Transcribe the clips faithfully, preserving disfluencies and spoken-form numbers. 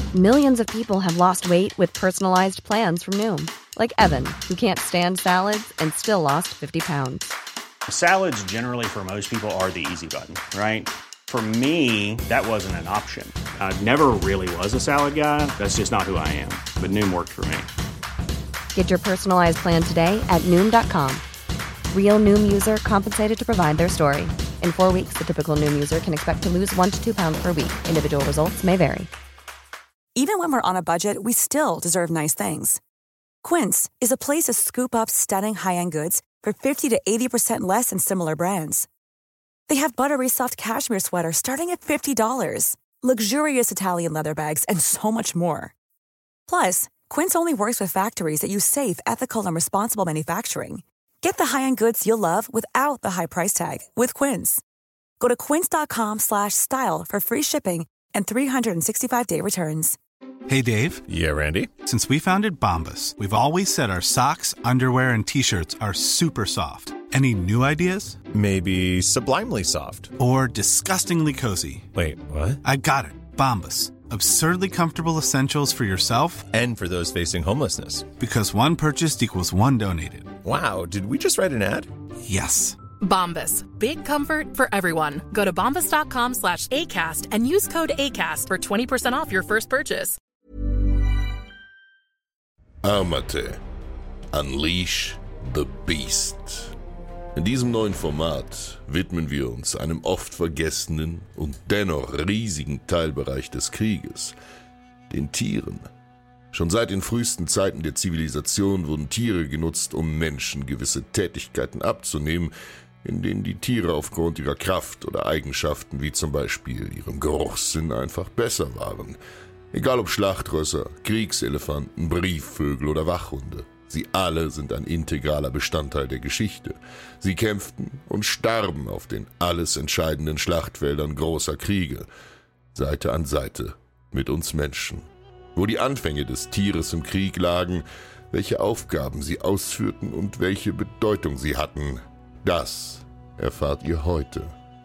Millions of people have lost weight with personalized plans from Noom. Like Evan, who can't stand salads and still lost fifty pounds. Salads generally for most people are the easy button, right? For me, that wasn't an option. I never really was a salad guy. That's just not who I am. But Noom worked for me. Get your personalized plan today at Noom dot com. Real Noom user compensated to provide their story. In four weeks, the typical Noom user can expect to lose one to two pounds per week. Individual results may vary. Even when we're on a budget, we still deserve nice things. Quince is a place to scoop up stunning high-end goods for fifty to eighty percent less than similar brands. They have buttery soft cashmere sweaters starting at fifty dollars, luxurious Italian leather bags, and so much more. Plus, Quince only works with factories that use safe, ethical, and responsible manufacturing. Get the high-end goods you'll love without the high price tag with Quince. Go to quince dot com slash style for free shipping and three sixty-five day returns. Hey, Dave. Yeah, Randy. Since we founded Bombas, we've always said our socks, underwear, and T-shirts are super soft. Any new ideas? Maybe sublimely soft. Or disgustingly cozy. Wait, what? I got it. Bombas. Absurdly comfortable essentials for yourself and for those facing homelessness. Because one purchased equals one donated. Wow, did we just write an ad? Yes. Bombas. Big comfort for everyone. Go to bombas dot com slash ACAST and use code ACAST for twenty percent off your first purchase. Armate. Unleash the Beast. In diesem neuen Format widmen wir uns einem oft vergessenen und dennoch riesigen Teilbereich des Krieges, den Tieren. Schon seit den frühesten Zeiten der Zivilisation wurden Tiere genutzt, um Menschen gewisse Tätigkeiten abzunehmen, in denen die Tiere aufgrund ihrer Kraft oder Eigenschaften wie zum Beispiel ihrem Geruchssinn einfach besser waren. Egal ob Schlachtrösser, Kriegselefanten, Briefvögel oder Wachhunde. Sie alle sind ein integraler Bestandteil der Geschichte. Sie kämpften und starben auf den alles entscheidenden Schlachtfeldern großer Kriege, Seite an Seite mit uns Menschen. Wo die Anfänge des Tieres im Krieg lagen, welche Aufgaben sie ausführten und welche Bedeutung sie hatten, das erfahrt ihr heute.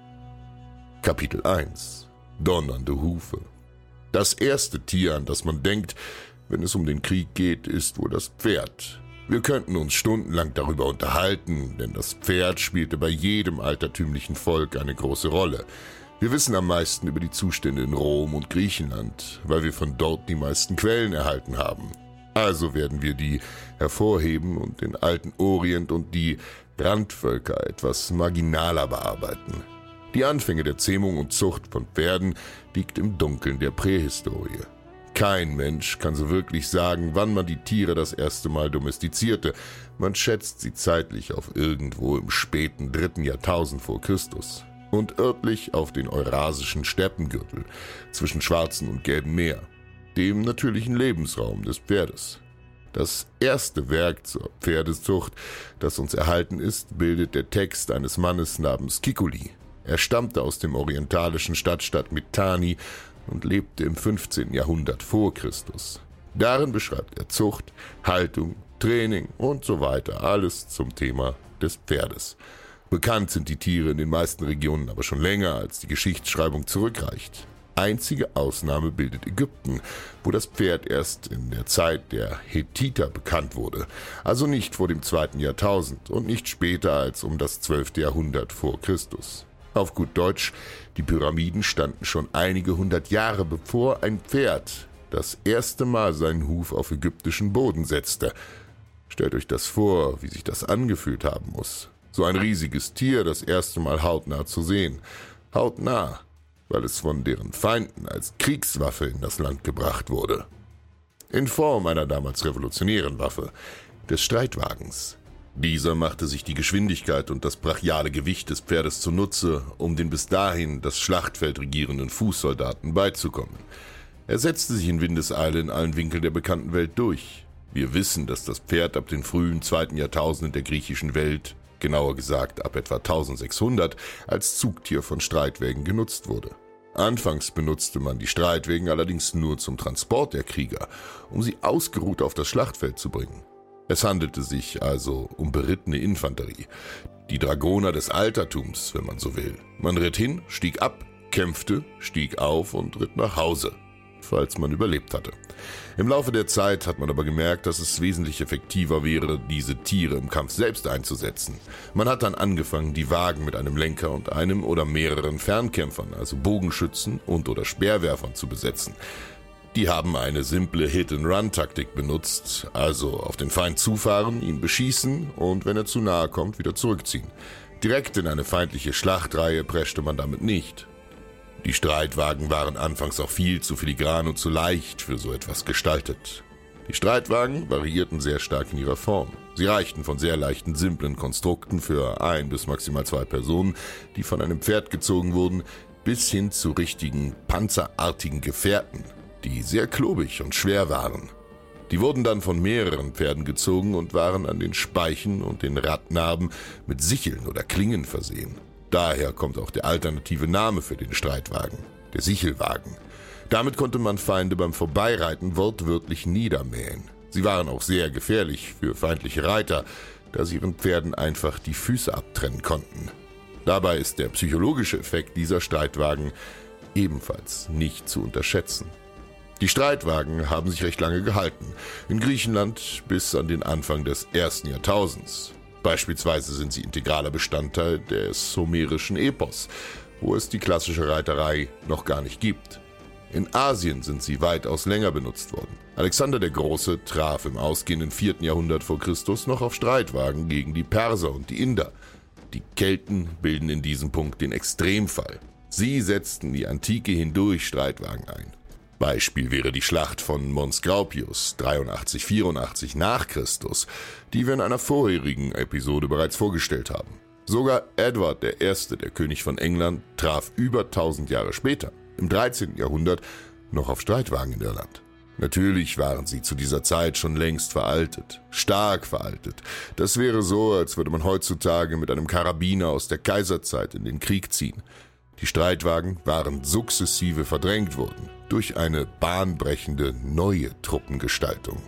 Kapitel eins. Donnernde Hufe. Das erste Tier, an das man denkt, wenn es um den Krieg geht, ist wohl das Pferd. Wir könnten uns stundenlang darüber unterhalten, denn das Pferd spielte bei jedem altertümlichen Volk eine große Rolle. Wir wissen am meisten über die Zustände in Rom und Griechenland, weil wir von dort die meisten Quellen erhalten haben. Also werden wir die hervorheben und den alten Orient und die Randvölker etwas marginaler bearbeiten. Die Anfänge der Zähmung und Zucht von Pferden liegt im Dunkeln der Prähistorie. Kein Mensch kann so wirklich sagen, wann man die Tiere das erste Mal domestizierte. Man schätzt sie zeitlich auf irgendwo im späten dritten Jahrtausend vor Christus und örtlich auf den eurasischen Steppengürtel zwischen Schwarzen und Gelbem Meer, dem natürlichen Lebensraum des Pferdes. Das erste Werk zur Pferdezucht, das uns erhalten ist, bildet der Text eines Mannes namens Kikuli. Er stammte aus dem orientalischen Stadtstaat Mitanni und lebte im fünfzehnten Jahrhundert vor Christus. Darin beschreibt er Zucht, Haltung, Training und so weiter, alles zum Thema des Pferdes. Bekannt sind die Tiere in den meisten Regionen aber schon länger, als die Geschichtsschreibung zurückreicht. Einzige Ausnahme bildet Ägypten, wo das Pferd erst in der Zeit der Hethiter bekannt wurde, also nicht vor dem zweiten Jahrtausend und nicht später als um das zwölfte Jahrhundert vor Christus. Auf gut Deutsch, die Pyramiden standen schon einige hundert Jahre bevor ein Pferd das erste Mal seinen Huf auf ägyptischen Boden setzte. Stellt euch das vor, wie sich das angefühlt haben muss. So ein riesiges Tier das erste Mal hautnah zu sehen. Hautnah, weil es von deren Feinden als Kriegswaffe in das Land gebracht wurde. In Form einer damals revolutionären Waffe, des Streitwagens. Dieser machte sich die Geschwindigkeit und das brachiale Gewicht des Pferdes zunutze, um den bis dahin das Schlachtfeld regierenden Fußsoldaten beizukommen. Er setzte sich in Windeseile in allen Winkeln der bekannten Welt durch. Wir wissen, dass das Pferd ab den frühen zweiten Jahrtausend in der griechischen Welt, genauer gesagt ab etwa eintausendsechshundert, als Zugtier von Streitwägen genutzt wurde. Anfangs benutzte man die Streitwägen allerdings nur zum Transport der Krieger, um sie ausgeruht auf das Schlachtfeld zu bringen. Es handelte sich also um berittene Infanterie, die Dragoner des Altertums, wenn man so will. Man ritt hin, stieg ab, kämpfte, stieg auf und ritt nach Hause. falls man überlebt hatte. Im Laufe der Zeit hat man aber gemerkt, dass es wesentlich effektiver wäre, diese Tiere im Kampf selbst einzusetzen. Man hat dann angefangen, die Wagen mit einem Lenker und einem oder mehreren Fernkämpfern, also Bogenschützen und oder Speerwerfern, zu besetzen. Die haben eine simple Hit-and-Run-Taktik benutzt, also auf den Feind zufahren, ihn beschießen und wenn er zu nahe kommt, wieder zurückziehen. Direkt in eine feindliche Schlachtreihe preschte man damit nicht. Die Streitwagen waren anfangs auch viel zu filigran und zu leicht für so etwas gestaltet. Die Streitwagen variierten sehr stark in ihrer Form. Sie reichten von sehr leichten, simplen Konstrukten für ein bis maximal zwei Personen, die von einem Pferd gezogen wurden, bis hin zu richtigen, panzerartigen Gefährten, die sehr klobig und schwer waren. Die wurden dann von mehreren Pferden gezogen und waren an den Speichen und den Radnaben mit Sicheln oder Klingen versehen. Daher kommt auch der alternative Name für den Streitwagen, der Sichelwagen. Damit konnte man Feinde beim Vorbeireiten wortwörtlich niedermähen. Sie waren auch sehr gefährlich für feindliche Reiter, da sie ihren Pferden einfach die Füße abtrennen konnten. Dabei ist der psychologische Effekt dieser Streitwagen ebenfalls nicht zu unterschätzen. Die Streitwagen haben sich recht lange gehalten, in Griechenland bis an den Anfang des ersten Jahrtausends. Beispielsweise sind sie integraler Bestandteil des homerischen Epos, wo es die klassische Reiterei noch gar nicht gibt. In Asien sind sie weitaus länger benutzt worden. Alexander der Große traf im ausgehenden vierten Jahrhundert vor Christus noch auf Streitwagen gegen die Perser und die Inder. Die Kelten bilden in diesem Punkt den Extremfall. Sie setzten die Antike hindurch Streitwagen ein. Beispiel wäre die Schlacht von Mons Graupius dreiundachtzig vierundachtzig nach Christus, die wir in einer vorherigen Episode bereits vorgestellt haben. Sogar Edward der Erste, der König von England, traf über tausend Jahre später, im dreizehnten Jahrhundert, noch auf Streitwagen in Irland. Natürlich waren sie zu dieser Zeit schon längst veraltet, stark veraltet. Das wäre so, als würde man heutzutage mit einem Karabiner aus der Kaiserzeit in den Krieg ziehen. Die Streitwagen waren sukzessive verdrängt worden durch eine bahnbrechende neue Truppengestaltung.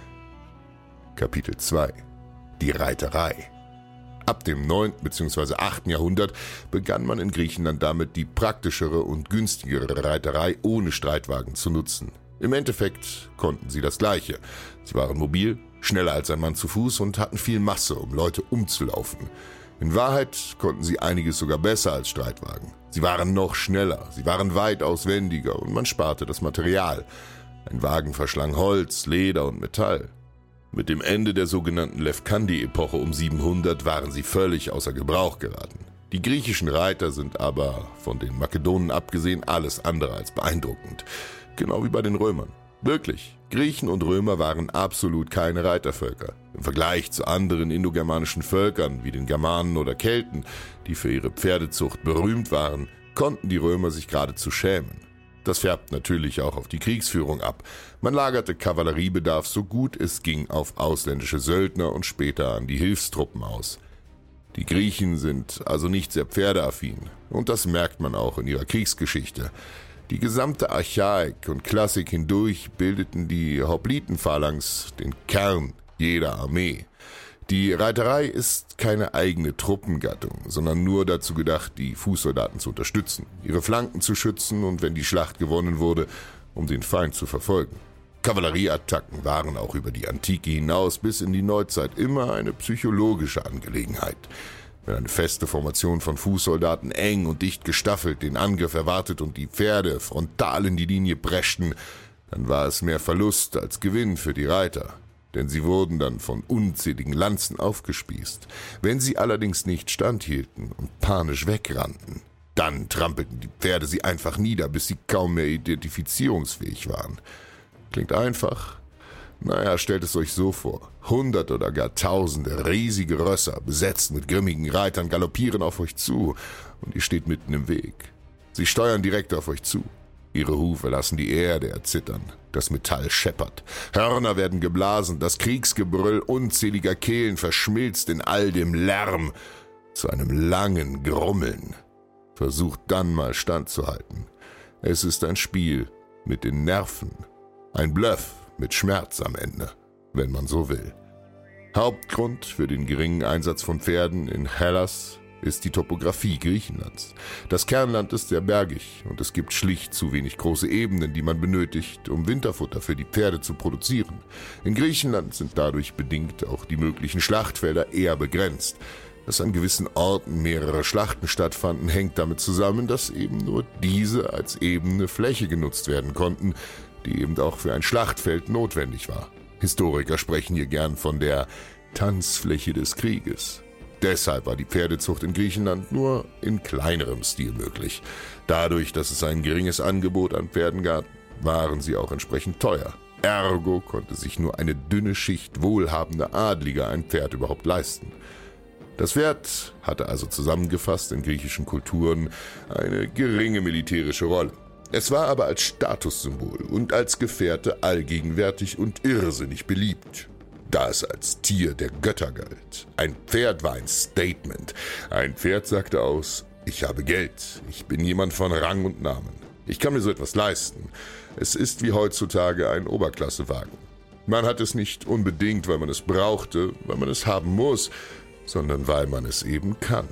Kapitel zwei. Die Reiterei. Ab dem neunten bzw. achten Jahrhundert begann man in Griechenland damit, die praktischere und günstigere Reiterei ohne Streitwagen zu nutzen. Im Endeffekt konnten sie das Gleiche. Sie waren mobil, schneller als ein Mann zu Fuß und hatten viel Masse, um Leute umzulaufen. In Wahrheit konnten sie einiges sogar besser als Streitwagen. Sie waren noch schneller, sie waren weitaus wendiger und man sparte das Material. Ein Wagen verschlang Holz, Leder und Metall. Mit dem Ende der sogenannten Lefkandi-Epoche um siebenhundert waren sie völlig außer Gebrauch geraten. Die griechischen Reiter sind aber, von den Makedonen abgesehen, alles andere als beeindruckend. Genau wie bei den Römern. Wirklich, Griechen und Römer waren absolut keine Reitervölker. Im Vergleich zu anderen indogermanischen Völkern wie den Germanen oder Kelten, die für ihre Pferdezucht berühmt waren, konnten die Römer sich geradezu schämen. Das färbt natürlich auch auf die Kriegsführung ab. Man lagerte Kavalleriebedarf so gut es ging auf ausländische Söldner und später an die Hilfstruppen aus. Die Griechen sind also nicht sehr pferdeaffin und das merkt man auch in ihrer Kriegsgeschichte. Die gesamte Archaik und Klassik hindurch bildeten die Hoplitenphalanx den Kern jeder Armee. Die Reiterei ist keine eigene Truppengattung, sondern nur dazu gedacht, die Fußsoldaten zu unterstützen, ihre Flanken zu schützen und, wenn die Schlacht gewonnen wurde, um den Feind zu verfolgen. Kavallerieattacken waren auch über die Antike hinaus bis in die Neuzeit immer eine psychologische Angelegenheit. Wenn eine feste Formation von Fußsoldaten eng und dicht gestaffelt den Angriff erwartet und die Pferde frontal in die Linie preschten, dann war es mehr Verlust als Gewinn für die Reiter. Denn sie wurden dann von unzähligen Lanzen aufgespießt. Wenn sie allerdings nicht standhielten und panisch wegrannten, dann trampelten die Pferde sie einfach nieder, bis sie kaum mehr identifizierungsfähig waren. Klingt einfach? Naja, stellt es euch so vor. Hundert oder gar tausende riesige Rösser, besetzt mit grimmigen Reitern, galoppieren auf euch zu und ihr steht mitten im Weg. Sie steuern direkt auf euch zu. Ihre Hufe lassen die Erde erzittern, das Metall scheppert, Hörner werden geblasen, das Kriegsgebrüll unzähliger Kehlen verschmilzt in all dem Lärm zu einem langen Grummeln. Versucht dann mal standzuhalten. Es ist ein Spiel mit den Nerven, ein Bluff mit Schmerz am Ende, wenn man so will. Hauptgrund für den geringen Einsatz von Pferden in Hellas ist die Topographie Griechenlands. Das Kernland ist sehr bergig und es gibt schlicht zu wenig große Ebenen, die man benötigt, um Winterfutter für die Pferde zu produzieren. In Griechenland sind dadurch bedingt auch die möglichen Schlachtfelder eher begrenzt. Dass an gewissen Orten mehrere Schlachten stattfanden, hängt damit zusammen, dass eben nur diese als ebene Fläche genutzt werden konnten, die eben auch für ein Schlachtfeld notwendig war. Historiker sprechen hier gern von der Tanzfläche des Krieges. Deshalb war die Pferdezucht in Griechenland nur in kleinerem Stil möglich. Dadurch, dass es ein geringes Angebot an Pferden gab, waren sie auch entsprechend teuer. Ergo konnte sich nur eine dünne Schicht wohlhabender Adliger ein Pferd überhaupt leisten. Das Pferd hatte also zusammengefasst in griechischen Kulturen eine geringe militärische Rolle. Es war aber als Statussymbol und als Gefährte allgegenwärtig und irrsinnig beliebt, da es als Tier der Götter galt. Ein Pferd war ein Statement. Ein Pferd sagte aus: Ich habe Geld, ich bin jemand von Rang und Namen. Ich kann mir so etwas leisten. Es ist wie heutzutage ein Oberklassewagen. Man hat es nicht unbedingt, weil man es brauchte, weil man es haben muss, sondern weil man es eben kann.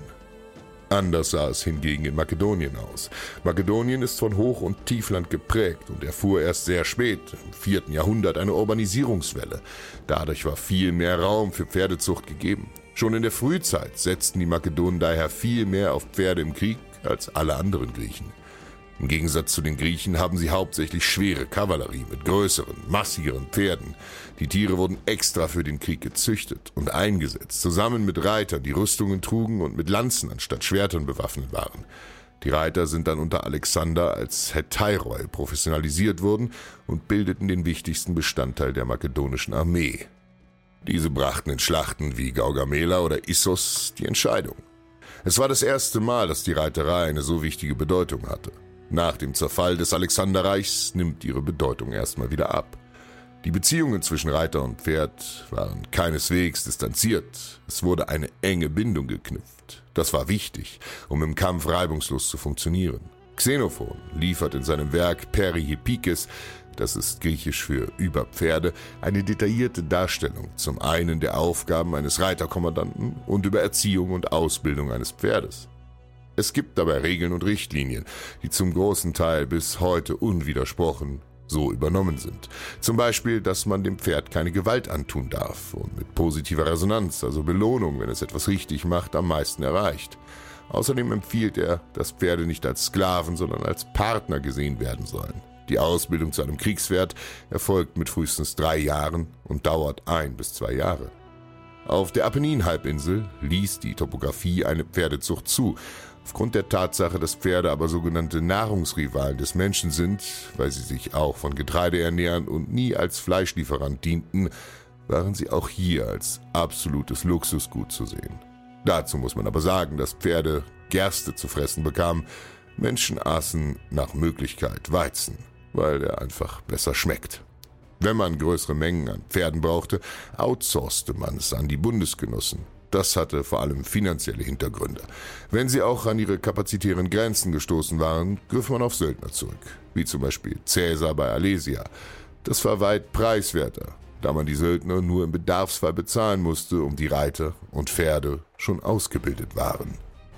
Anders sah es hingegen in Makedonien aus. Makedonien ist von Hoch- und Tiefland geprägt und erfuhr erst sehr spät, im vierten Jahrhundert, eine Urbanisierungswelle. Dadurch war viel mehr Raum für Pferdezucht gegeben. Schon in der Frühzeit setzten die Makedonen daher viel mehr auf Pferde im Krieg als alle anderen Griechen. Im Gegensatz zu den Griechen haben sie hauptsächlich schwere Kavallerie mit größeren, massigeren Pferden. Die Tiere wurden extra für den Krieg gezüchtet und eingesetzt, zusammen mit Reitern, die Rüstungen trugen und mit Lanzen anstatt Schwertern bewaffnet waren. Die Reiter sind dann unter Alexander als Hetairoi professionalisiert worden und bildeten den wichtigsten Bestandteil der makedonischen Armee. Diese brachten in Schlachten wie Gaugamela oder Issos die Entscheidung. Es war das erste Mal, dass die Reiterei eine so wichtige Bedeutung hatte. Nach dem Zerfall des Alexanderreichs nimmt ihre Bedeutung erstmal wieder ab. Die Beziehungen zwischen Reiter und Pferd waren keineswegs distanziert. Es wurde eine enge Bindung geknüpft. Das war wichtig, um im Kampf reibungslos zu funktionieren. Xenophon liefert in seinem Werk Perihippikes, das ist griechisch für über Pferde, eine detaillierte Darstellung zum einen der Aufgaben eines Reiterkommandanten und über Erziehung und Ausbildung eines Pferdes. Es gibt dabei Regeln und Richtlinien, die zum großen Teil bis heute unwidersprochen so übernommen sind. Zum Beispiel, dass man dem Pferd keine Gewalt antun darf und mit positiver Resonanz, also Belohnung, wenn es etwas richtig macht, am meisten erreicht. Außerdem empfiehlt er, dass Pferde nicht als Sklaven, sondern als Partner gesehen werden sollen. Die Ausbildung zu einem Kriegspferd erfolgt mit frühestens drei Jahren und dauert ein bis zwei Jahre. Auf der Apenninhalbinsel ließ die Topographie eine Pferdezucht zu. Aufgrund der Tatsache, dass Pferde aber sogenannte Nahrungsrivalen des Menschen sind, weil sie sich auch von Getreide ernähren und nie als Fleischlieferant dienten, waren sie auch hier als absolutes Luxusgut zu sehen. Dazu muss man aber sagen, dass Pferde Gerste zu fressen bekamen. Menschen aßen nach Möglichkeit Weizen, weil er einfach besser schmeckt. Wenn man größere Mengen an Pferden brauchte, outsourcete man es an die Bundesgenossen. Das hatte vor allem finanzielle Hintergründe. Wenn sie auch an ihre kapazitären Grenzen gestoßen waren, griff man auf Söldner zurück, wie zum Beispiel Caesar bei Alesia. Das war weit preiswerter, da man die Söldner nur im Bedarfsfall bezahlen musste, um die Reiter und Pferde schon ausgebildet waren.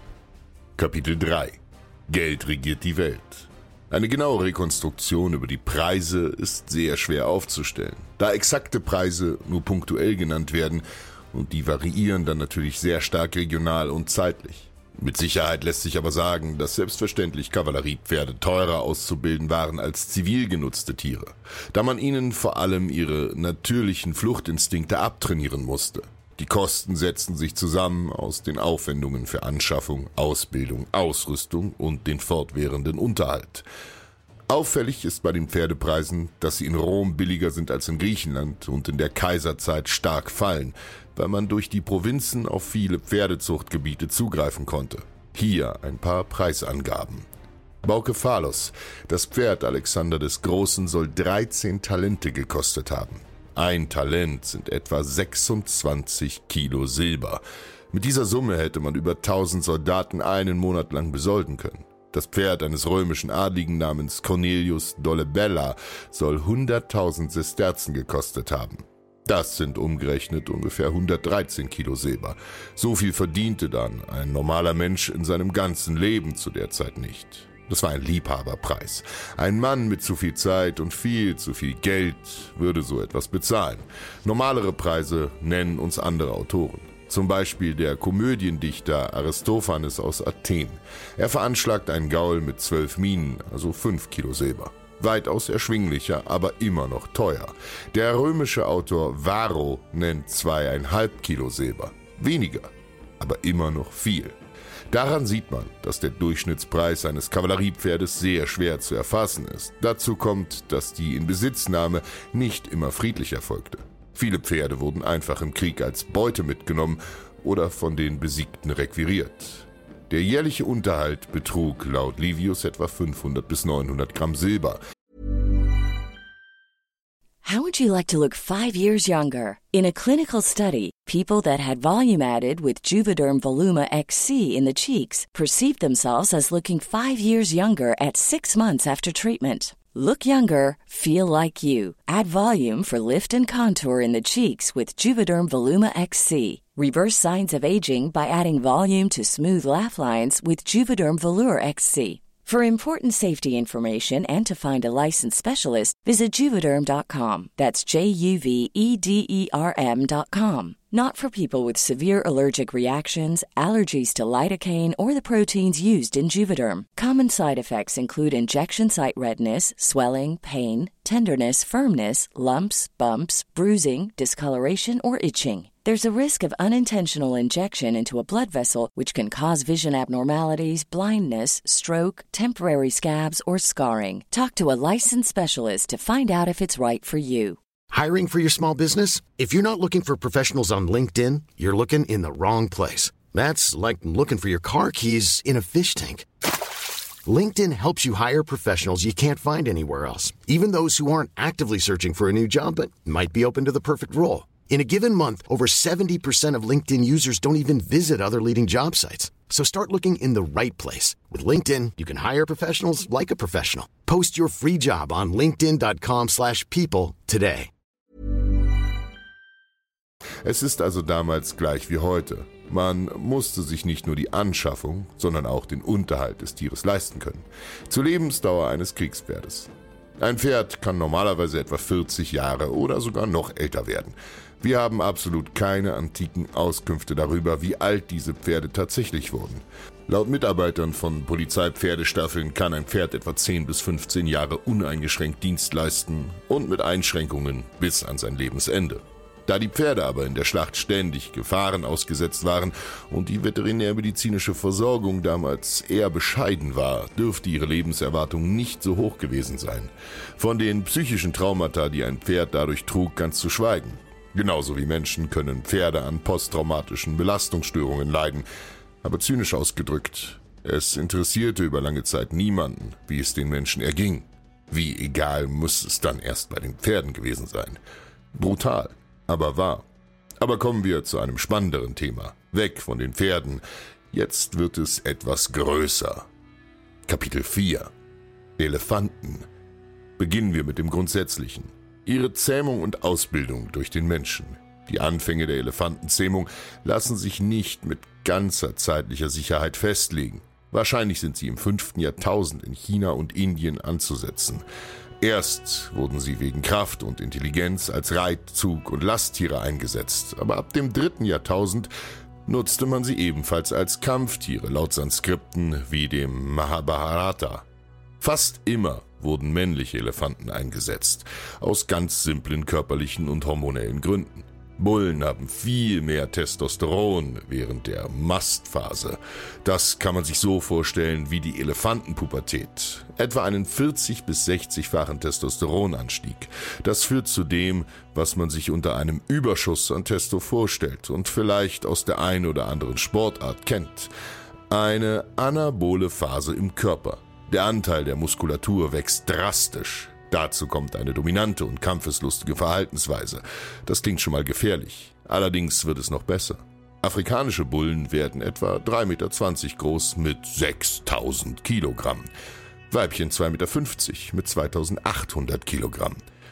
Kapitel drei. Geld regiert die Welt. Eine genaue Rekonstruktion über die Preise ist sehr schwer aufzustellen, da exakte Preise nur punktuell genannt werden und die variieren dann natürlich sehr stark regional und zeitlich. Mit Sicherheit lässt sich aber sagen, dass selbstverständlich Kavalleriepferde teurer auszubilden waren als zivil genutzte Tiere, da man ihnen vor allem ihre natürlichen Fluchtinstinkte abtrainieren musste. Die Kosten setzten sich zusammen aus den Aufwendungen für Anschaffung, Ausbildung, Ausrüstung und den fortwährenden Unterhalt. Auffällig ist bei den Pferdepreisen, dass sie in Rom billiger sind als in Griechenland und in der Kaiserzeit stark fallen, weil man durch die Provinzen auf viele Pferdezuchtgebiete zugreifen konnte. Hier ein paar Preisangaben. Baukephalos, das Pferd Alexander des Großen, soll dreizehn Talente gekostet haben. Ein Talent sind etwa sechsundzwanzig Kilo Silber. Mit dieser Summe hätte man über tausend Soldaten einen Monat lang besolden können. Das Pferd eines römischen Adligen namens Cornelius Dolabella soll hunderttausend Sesterzen gekostet haben. Das sind umgerechnet ungefähr hundertdreizehn Kilo Silber. So viel verdiente dann ein normaler Mensch in seinem ganzen Leben zu der Zeit nicht. Das war ein Liebhaberpreis. Ein Mann mit zu viel Zeit und viel zu viel Geld würde so etwas bezahlen. Normalere Preise nennen uns andere Autoren. Zum Beispiel der Komödiendichter Aristophanes aus Athen. Er veranschlagt einen Gaul mit zwölf Minen, also fünf Kilo Silber. Weitaus erschwinglicher, aber immer noch teuer. Der römische Autor Varro nennt zweieinhalb Kilo Silber. Weniger, aber immer noch viel. Daran sieht man, dass der Durchschnittspreis eines Kavalleriepferdes sehr schwer zu erfassen ist. Dazu kommt, dass die Inbesitznahme nicht immer friedlich erfolgte. Viele Pferde wurden einfach im Krieg als Beute mitgenommen oder von den Besiegten requiriert. Der jährliche Unterhalt betrug laut Livius etwa fünfhundert bis neunhundert Gramm Silber. How would you like to look five years younger? In a clinical study, people that had volume added with Juvederm Voluma X C in the cheeks perceived themselves as looking five years younger at six months after treatment. Look younger, feel like you. Add volume for lift and contour in the cheeks with Juvederm Voluma X C. Reverse signs of aging by adding volume to smooth laugh lines with Juvederm Volure X C. For important safety information and to find a licensed specialist, visit Juvederm dot com. That's J U V E D E R M dot com. Not for people with severe allergic reactions, allergies to lidocaine, or the proteins used in Juvederm. Common side effects include injection site redness, swelling, pain, tenderness, firmness, lumps, bumps, bruising, discoloration, or itching. There's a risk of unintentional injection into a blood vessel, which can cause vision abnormalities, blindness, stroke, temporary scabs, or scarring. Talk to a licensed specialist to find out if it's right for you. Hiring for your small business? If you're not looking for professionals on LinkedIn, you're looking in the wrong place. That's like looking for your car keys in a fish tank. LinkedIn helps you hire professionals you can't find anywhere else, even those who aren't actively searching for a new job but might be open to the perfect role. In a given month, over seventy percent of LinkedIn users don't even visit other leading job sites. So start looking in the right place. With LinkedIn, you can hire professionals like a professional. Post your free job on linkedin dot com slash people today. Es ist also damals gleich wie heute. Man musste sich nicht nur die Anschaffung, sondern auch den Unterhalt des Tieres leisten können. Zur Lebensdauer eines Kriegspferdes. Ein Pferd kann normalerweise etwa vierzig Jahre oder sogar noch älter werden. Wir haben absolut keine antiken Auskünfte darüber, wie alt diese Pferde tatsächlich wurden. Laut Mitarbeitern von Polizeipferdestaffeln kann ein Pferd etwa zehn bis fünfzehn Jahre uneingeschränkt Dienst leisten und mit Einschränkungen bis an sein Lebensende. Da die Pferde aber in der Schlacht ständig Gefahren ausgesetzt waren und die veterinärmedizinische Versorgung damals eher bescheiden war, dürfte ihre Lebenserwartung nicht so hoch gewesen sein. Von den psychischen Traumata, die ein Pferd dadurch trug, ganz zu schweigen. Genauso wie Menschen können Pferde an posttraumatischen Belastungsstörungen leiden. Aber zynisch ausgedrückt, es interessierte über lange Zeit niemanden, wie es den Menschen erging. Wie egal muss es dann erst bei den Pferden gewesen sein. Brutal, aber wahr. Aber kommen wir zu einem spannenderen Thema. Weg von den Pferden. Jetzt wird es etwas größer. Kapitel vier. Elefanten. Beginnen wir mit dem Grundsätzlichen. Ihre Zähmung und Ausbildung durch den Menschen. Die Anfänge der Elefantenzähmung lassen sich nicht mit ganzer zeitlicher Sicherheit festlegen. Wahrscheinlich sind sie im fünften Jahrtausend in China und Indien anzusetzen. Erst wurden sie wegen Kraft und Intelligenz als Reit-, Zug- und Lasttiere eingesetzt, aber ab dem dritten Jahrtausend nutzte man sie ebenfalls als Kampftiere, laut Sanskripten wie dem Mahabharata. Fast immer wurden männliche Elefanten eingesetzt, aus ganz simplen körperlichen und hormonellen Gründen. Bullen haben viel mehr Testosteron während der Mastphase. Das kann man sich so vorstellen wie die Elefantenpubertät. Etwa einen vierzig- bis sechzigfachen Testosteronanstieg. Das führt zu dem, was man sich unter einem Überschuss an Testo vorstellt und vielleicht aus der einen oder anderen Sportart kennt. Eine anabole Phase im Körper. Der Anteil der Muskulatur wächst drastisch. Dazu kommt eine dominante und kampfeslustige Verhaltensweise. Das klingt schon mal gefährlich. Allerdings wird es noch besser. Afrikanische Bullen werden etwa drei Meter zwanzig groß mit sechstausend Kilogramm. Weibchen zwei Meter fünfzig mit zweitausendachthundert Kilogramm.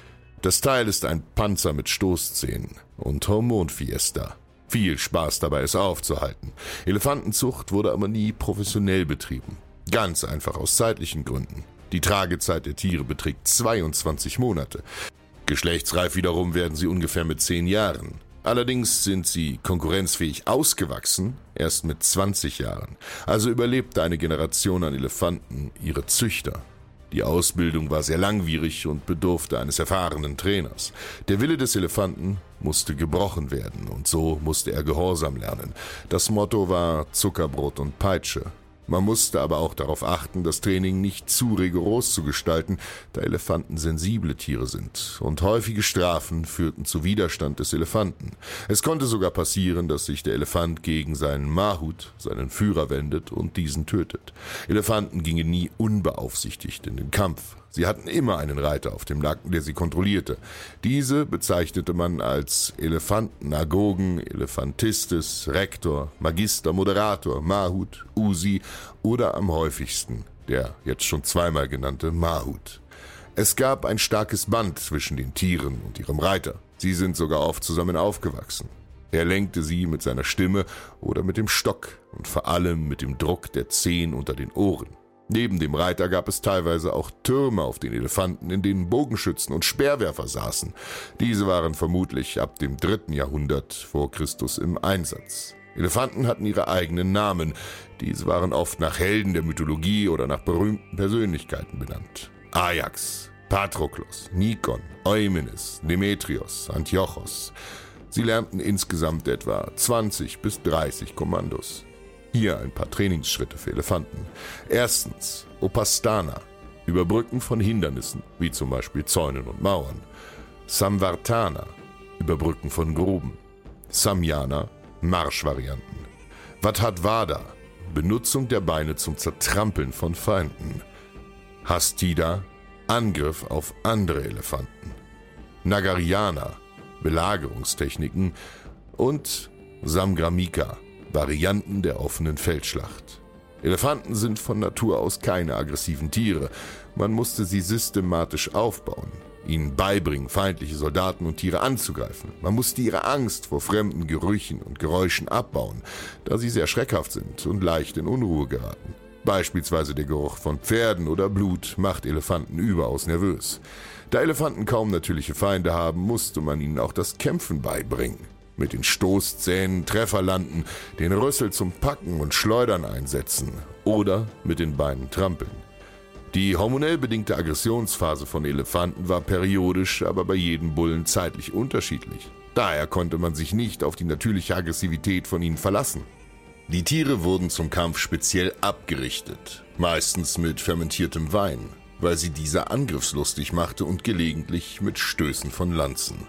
Das Teil ist ein Panzer mit Stoßzähnen und Hormonfiesta. Viel Spaß dabei, es aufzuhalten. Elefantenzucht wurde aber nie professionell betrieben. Ganz einfach aus zeitlichen Gründen. Die Tragezeit der Tiere beträgt zweiundzwanzig Monate. Geschlechtsreif wiederum werden sie ungefähr mit zehn Jahren. Allerdings sind sie konkurrenzfähig ausgewachsen erst mit zwanzig Jahren. Also überlebte eine Generation an Elefanten ihre Züchter. Die Ausbildung war sehr langwierig und bedurfte eines erfahrenen Trainers. Der Wille des Elefanten musste gebrochen werden und so musste er Gehorsam lernen. Das Motto war Zuckerbrot und Peitsche. Man musste aber auch darauf achten, das Training nicht zu rigoros zu gestalten, da Elefanten sensible Tiere sind, und häufige Strafen führten zu Widerstand des Elefanten. Es konnte sogar passieren, dass sich der Elefant gegen seinen Mahut, seinen Führer, wendet und diesen tötet. Elefanten gingen nie unbeaufsichtigt in den Kampf. Sie hatten immer einen Reiter auf dem Nacken, der sie kontrollierte. Diese bezeichnete man als Elefantenagogen, Elefantistes, Rektor, Magister, Moderator, Mahut, Usi oder am häufigsten der jetzt schon zweimal genannte Mahut. Es gab ein starkes Band zwischen den Tieren und ihrem Reiter. Sie sind sogar oft zusammen aufgewachsen. Er lenkte sie mit seiner Stimme oder mit dem Stock und vor allem mit dem Druck der Zehen unter den Ohren. Neben dem Reiter gab es teilweise auch Türme auf den Elefanten, in denen Bogenschützen und Speerwerfer saßen. Diese waren vermutlich ab dem dritten Jahrhundert vor Christus im Einsatz. Elefanten hatten ihre eigenen Namen. Diese waren oft nach Helden der Mythologie oder nach berühmten Persönlichkeiten benannt. Ajax, Patroklos, Nikon, Eumenes, Demetrios, Antiochos. Sie lernten insgesamt etwa zwanzig bis dreißig Kommandos. Hier ein paar Trainingsschritte für Elefanten. Erstens, Upastana, Überbrücken von Hindernissen, wie zum Beispiel Zäunen und Mauern. Samvartana, Überbrücken von Gruben. Samyana, Marschvarianten. Vadhatvada, Benutzung der Beine zum Zertrampeln von Feinden. Hastida, Angriff auf andere Elefanten. Nagariana, Belagerungstechniken. Und Samgramika, Varianten der offenen Feldschlacht. Elefanten sind von Natur aus keine aggressiven Tiere. Man musste sie systematisch aufbauen, ihnen beibringen, feindliche Soldaten und Tiere anzugreifen. Man musste ihre Angst vor fremden Gerüchen und Geräuschen abbauen, da sie sehr schreckhaft sind und leicht in Unruhe geraten. Beispielsweise der Geruch von Pferden oder Blut macht Elefanten überaus nervös. Da Elefanten kaum natürliche Feinde haben, musste man ihnen auch das Kämpfen beibringen. Mit den Stoßzähnen Treffer landen, den Rüssel zum Packen und Schleudern einsetzen oder mit den Beinen trampeln. Die hormonell bedingte Aggressionsphase von Elefanten war periodisch, aber bei jedem Bullen zeitlich unterschiedlich. Daher konnte man sich nicht auf die natürliche Aggressivität von ihnen verlassen. Die Tiere wurden zum Kampf speziell abgerichtet, meistens mit fermentiertem Wein, weil sie diese angriffslustig machte und gelegentlich mit Stößen von Lanzen.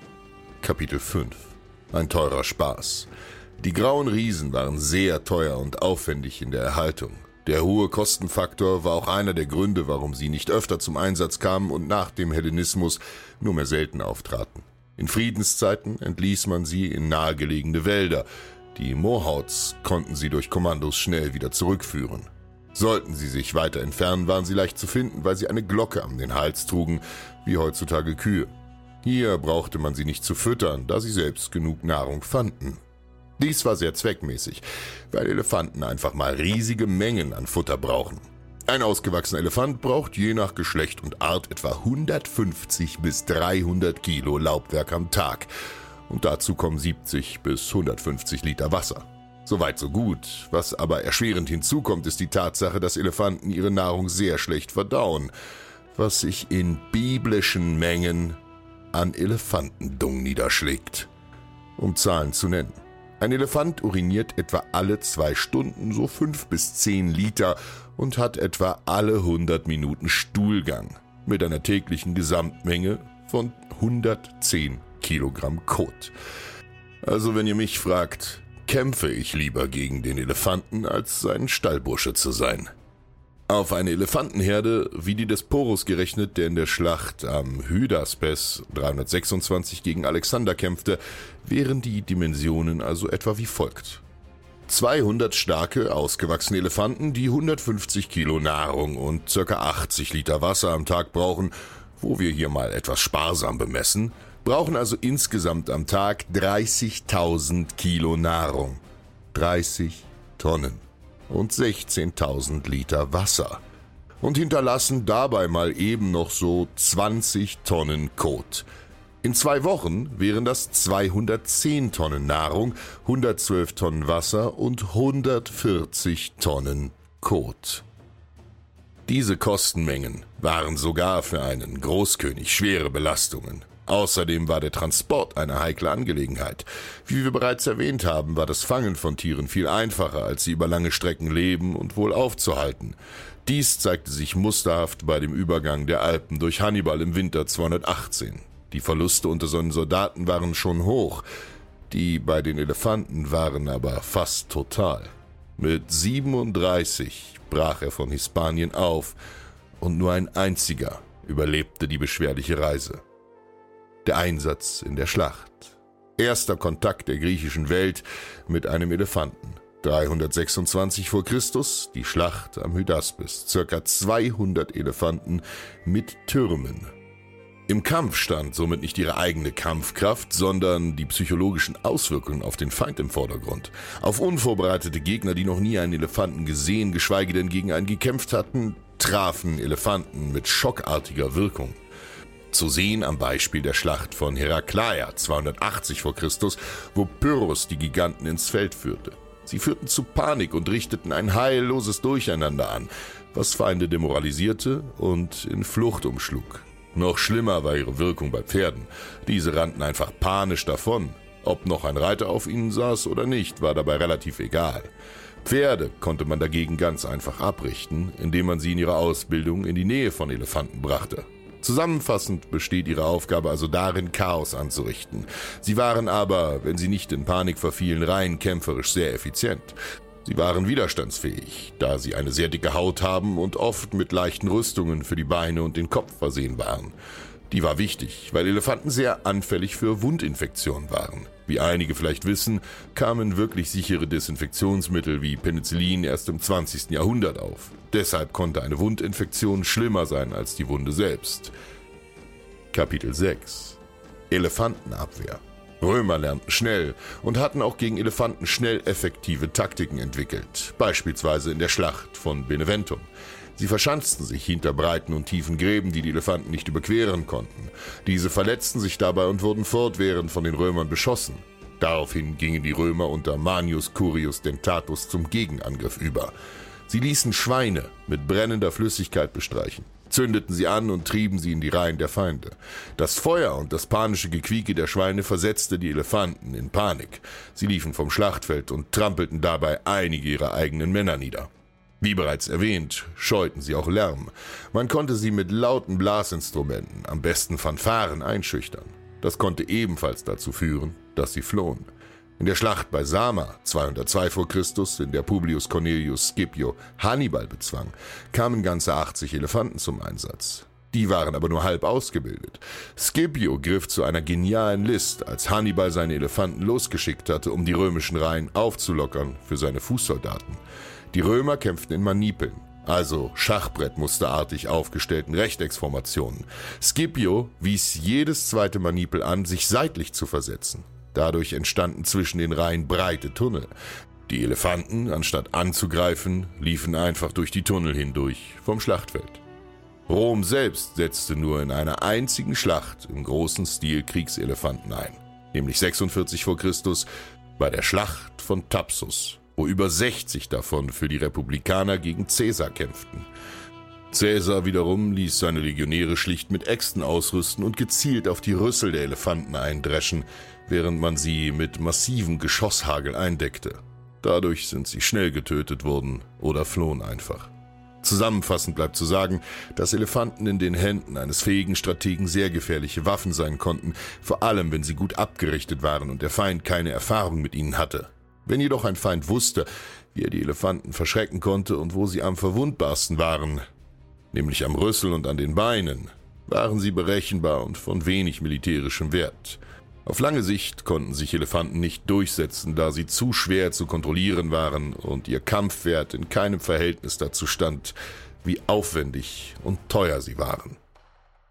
Kapitel fünf. Ein teurer Spaß. Die grauen Riesen waren sehr teuer und aufwendig in der Erhaltung. Der hohe Kostenfaktor war auch einer der Gründe, warum sie nicht öfter zum Einsatz kamen und nach dem Hellenismus nur mehr selten auftraten. In Friedenszeiten entließ man sie in nahegelegene Wälder. Die Mohauts konnten sie durch Kommandos schnell wieder zurückführen. Sollten sie sich weiter entfernen, waren sie leicht zu finden, weil sie eine Glocke an den Hals trugen, wie heutzutage Kühe. Hier brauchte man sie nicht zu füttern, da sie selbst genug Nahrung fanden. Dies war sehr zweckmäßig, weil Elefanten einfach mal riesige Mengen an Futter brauchen. Ein ausgewachsener Elefant braucht je nach Geschlecht und Art etwa hundertfünfzig bis dreihundert Kilo Laubwerk am Tag. Und dazu kommen siebzig bis hundertfünfzig Liter Wasser. Soweit so gut. Was aber erschwerend hinzukommt, ist die Tatsache, dass Elefanten ihre Nahrung sehr schlecht verdauen, was sich in biblischen Mengen an Elefantendung niederschlägt. Um Zahlen zu nennen. Ein Elefant uriniert etwa alle zwei Stunden so fünf bis zehn Liter und hat etwa alle hundert Minuten Stuhlgang mit einer täglichen Gesamtmenge von hundertzehn Kilogramm Kot. Also wenn ihr mich fragt, kämpfe ich lieber gegen den Elefanten, als sein Stallbursche zu sein. Auf eine Elefantenherde, wie die des Porus gerechnet, der in der Schlacht am Hydaspes dreihundertsechsundzwanzig gegen Alexander kämpfte, wären die Dimensionen also etwa wie folgt. zweihundert starke, ausgewachsene Elefanten, die hundertfünfzig Kilo Nahrung und ca. achtzig Liter Wasser am Tag brauchen, Wo wir hier mal etwas sparsam bemessen, brauchen also insgesamt am Tag dreißigtausend Kilo Nahrung, dreißig Tonnen und sechzehntausend Liter Wasser und hinterlassen dabei mal eben noch so zwanzig Tonnen Kot. In zwei Wochen wären das zweihundertzehn Tonnen Nahrung, hundertzwölf Tonnen Wasser und hundertvierzig Tonnen Kot. Diese Kostenmengen waren sogar für einen Großkönig schwere Belastungen. Außerdem war der Transport eine heikle Angelegenheit. Wie wir bereits erwähnt haben, war das Fangen von Tieren viel einfacher, als sie über lange Strecken leben und wohl aufzuhalten. Dies zeigte sich musterhaft bei dem Übergang der Alpen durch Hannibal im Winter zweihundertachtzehn. Die Verluste unter seinen Soldaten waren schon hoch, die bei den Elefanten waren aber fast total. Mit siebenunddreißig brach er von Hispanien auf und nur ein einziger überlebte die beschwerliche Reise. Der Einsatz in der Schlacht. Erster Kontakt der griechischen Welt mit einem Elefanten. dreihundertsechsundzwanzig vor Christus, die Schlacht am Hydaspes. Circa zweihundert Elefanten mit Türmen. Im Kampf stand somit nicht ihre eigene Kampfkraft, sondern die psychologischen Auswirkungen auf den Feind im Vordergrund. Auf unvorbereitete Gegner, die noch nie einen Elefanten gesehen, geschweige denn gegen einen gekämpft hatten, trafen Elefanten mit schockartiger Wirkung. Zu sehen am Beispiel der Schlacht von Herakleia zweihundertachtzig vor Christus, wo Pyrrhus die Giganten ins Feld führte. Sie führten zu Panik und richteten ein heilloses Durcheinander an, was Feinde demoralisierte und in Flucht umschlug. Noch schlimmer war ihre Wirkung bei Pferden. Diese rannten einfach panisch davon. Ob noch ein Reiter auf ihnen saß oder nicht, war dabei relativ egal. Pferde konnte man dagegen ganz einfach abrichten, indem man sie in ihrer Ausbildung in die Nähe von Elefanten brachte. Zusammenfassend besteht ihre Aufgabe also darin, Chaos anzurichten. Sie waren aber, wenn sie nicht in Panik verfielen, rein kämpferisch sehr effizient. Sie waren widerstandsfähig, da sie eine sehr dicke Haut haben und oft mit leichten Rüstungen für die Beine und den Kopf versehen waren. Die war wichtig, weil Elefanten sehr anfällig für Wundinfektionen waren. Wie einige vielleicht wissen, kamen wirklich sichere Desinfektionsmittel wie Penicillin erst im zwanzigsten Jahrhundert auf. Deshalb konnte eine Wundinfektion schlimmer sein als die Wunde selbst. Kapitel sechs. Elefantenabwehr. Römer lernten schnell und hatten auch gegen Elefanten schnell effektive Taktiken entwickelt, beispielsweise in der Schlacht von Beneventum. Sie verschanzten sich hinter breiten und tiefen Gräben, die die Elefanten nicht überqueren konnten. Diese verletzten sich dabei und wurden fortwährend von den Römern beschossen. Daraufhin gingen die Römer unter Manius Curius Dentatus zum Gegenangriff über. Sie ließen Schweine mit brennender Flüssigkeit bestreichen, zündeten sie an und trieben sie in die Reihen der Feinde. Das Feuer und das panische Gequieke der Schweine versetzte die Elefanten in Panik. Sie liefen vom Schlachtfeld und trampelten dabei einige ihrer eigenen Männer nieder. Wie bereits erwähnt, scheuten sie auch Lärm. Man konnte sie mit lauten Blasinstrumenten, am besten Fanfaren, einschüchtern. Das konnte ebenfalls dazu führen, dass sie flohen. In der Schlacht bei Zama, zweihundertzwei vor Christus, in der Publius Cornelius Scipio Hannibal bezwang, kamen ganze achtzig Elefanten zum Einsatz. Die waren aber nur halb ausgebildet. Scipio griff zu einer genialen List, als Hannibal seine Elefanten losgeschickt hatte, um die römischen Reihen aufzulockern für seine Fußsoldaten. Die Römer kämpften in Manipeln, also schachbrettmusterartig aufgestellten Rechtecksformationen. Scipio wies jedes zweite Manipel an, sich seitlich zu versetzen. Dadurch entstanden zwischen den Reihen breite Tunnel. Die Elefanten, anstatt anzugreifen, liefen einfach durch die Tunnel hindurch vom Schlachtfeld. Rom selbst setzte nur in einer einzigen Schlacht im großen Stil Kriegselefanten ein, nämlich sechsundvierzig vor Christus bei der Schlacht von Thapsus, wo über sechzig davon für die Republikaner gegen Caesar kämpften. Caesar wiederum ließ seine Legionäre schlicht mit Äxten ausrüsten und gezielt auf die Rüssel der Elefanten eindreschen, während man sie mit massivem Geschosshagel eindeckte. Dadurch sind sie schnell getötet worden oder flohen einfach. Zusammenfassend bleibt zu sagen, dass Elefanten in den Händen eines fähigen Strategen sehr gefährliche Waffen sein konnten, vor allem wenn sie gut abgerichtet waren und der Feind keine Erfahrung mit ihnen hatte. Wenn jedoch ein Feind wusste, wie er die Elefanten verschrecken konnte und wo sie am verwundbarsten waren, nämlich am Rüssel und an den Beinen, waren sie berechenbar und von wenig militärischem Wert. Auf lange Sicht konnten sich Elefanten nicht durchsetzen, da sie zu schwer zu kontrollieren waren und ihr Kampfwert in keinem Verhältnis dazu stand, wie aufwendig und teuer sie waren.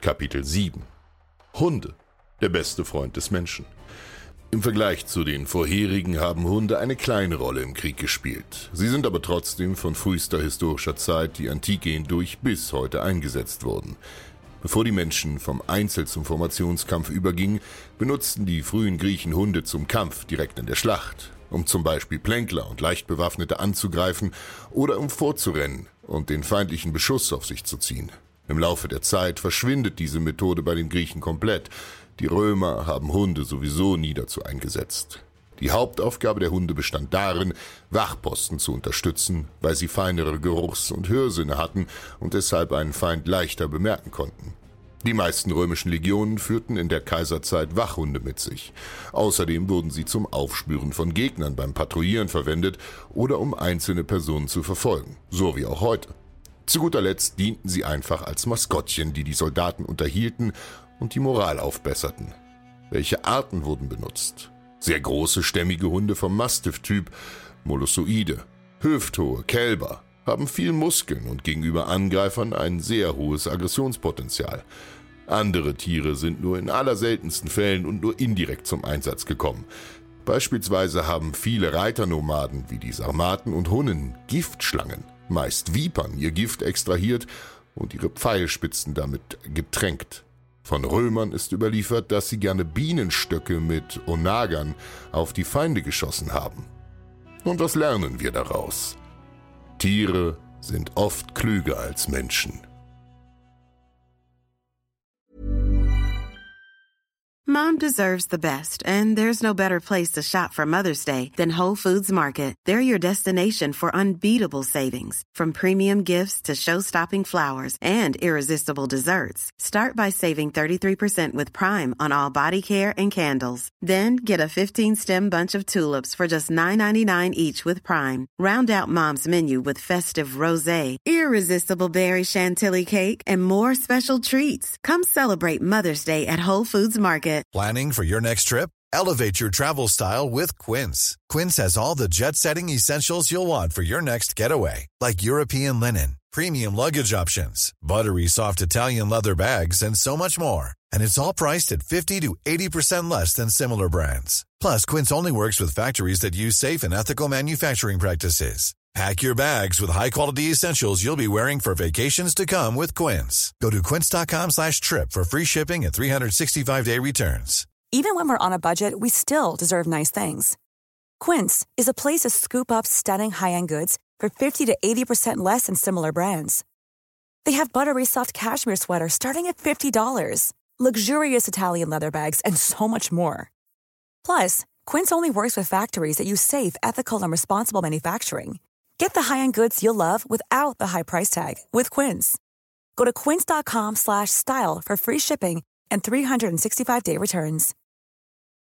Kapitel sieben. Hunde, der beste Freund des Menschen. Im Vergleich zu den vorherigen haben Hunde eine kleine Rolle im Krieg gespielt. Sie sind aber trotzdem von frühester historischer Zeit, die Antike hindurch, bis heute eingesetzt worden. Bevor die Menschen vom Einzel- zum Formationskampf übergingen, benutzten die frühen Griechen Hunde zum Kampf direkt in der Schlacht, um zum Beispiel Plänkler und Leichtbewaffnete anzugreifen oder um vorzurennen und den feindlichen Beschuss auf sich zu ziehen. Im Laufe der Zeit verschwindet diese Methode bei den Griechen komplett. Die Römer haben Hunde sowieso nie dazu eingesetzt. Die Hauptaufgabe der Hunde bestand darin, Wachposten zu unterstützen, weil sie feinere Geruchs- und Hörsinne hatten und deshalb einen Feind leichter bemerken konnten. Die meisten römischen Legionen führten in der Kaiserzeit Wachhunde mit sich. Außerdem wurden sie zum Aufspüren von Gegnern beim Patrouillieren verwendet oder um einzelne Personen zu verfolgen, so wie auch heute. Zu guter Letzt dienten sie einfach als Maskottchen, die die Soldaten unterhielten und die Moral aufbesserten. Welche Arten wurden benutzt? Sehr große, stämmige Hunde vom Mastiff-Typ, Molossoide, hüfthohe Kälber, haben viel Muskeln und gegenüber Angreifern ein sehr hohes Aggressionspotenzial. Andere Tiere sind nur in allerseltensten Fällen und nur indirekt zum Einsatz gekommen. Beispielsweise haben viele Reiternomaden wie die Sarmaten und Hunnen Giftschlangen, meist Vipern, ihr Gift extrahiert und ihre Pfeilspitzen damit getränkt. Von Römern ist überliefert, dass sie gerne Bienenstöcke mit Onagern auf die Feinde geschossen haben. Und was lernen wir daraus? Tiere sind oft klüger als Menschen. Mom deserves the best, and there's no better place to shop for Mother's Day than Whole Foods Market. They're your destination for unbeatable savings, from premium gifts to show-stopping flowers and irresistible desserts. Start by saving thirty-three percent with Prime on all body care and candles. Then get a fifteen-stem bunch of tulips for just nine ninety-nine each with Prime. Round out Mom's menu with festive rosé, irresistible berry chantilly cake, and more special treats. Come celebrate Mother's Day at Whole Foods Market. Planning for your next trip? Elevate your travel style with Quince. Quince has all the jet-setting essentials you'll want for your next getaway, like European linen, premium luggage options, buttery soft Italian leather bags, and so much more. And it's all priced at fifty to eighty percent less than similar brands. Plus, Quince only works with factories that use safe and ethical manufacturing practices. Pack your bags with high-quality essentials you'll be wearing for vacations to come with Quince. Go to quince.com slash trip for free shipping and three sixty-five day returns. Even when we're on a budget, we still deserve nice things. Quince is a place to scoop up stunning high-end goods for fifty to eighty percent less than similar brands. They have buttery soft cashmere sweaters starting at fifty dollars, luxurious Italian leather bags, and so much more. Plus, Quince only works with factories that use safe, ethical, and responsible manufacturing. Get the high-end goods you'll love without the high price tag with Quince. Go to quince.com slash style for free shipping and three sixty-five day returns.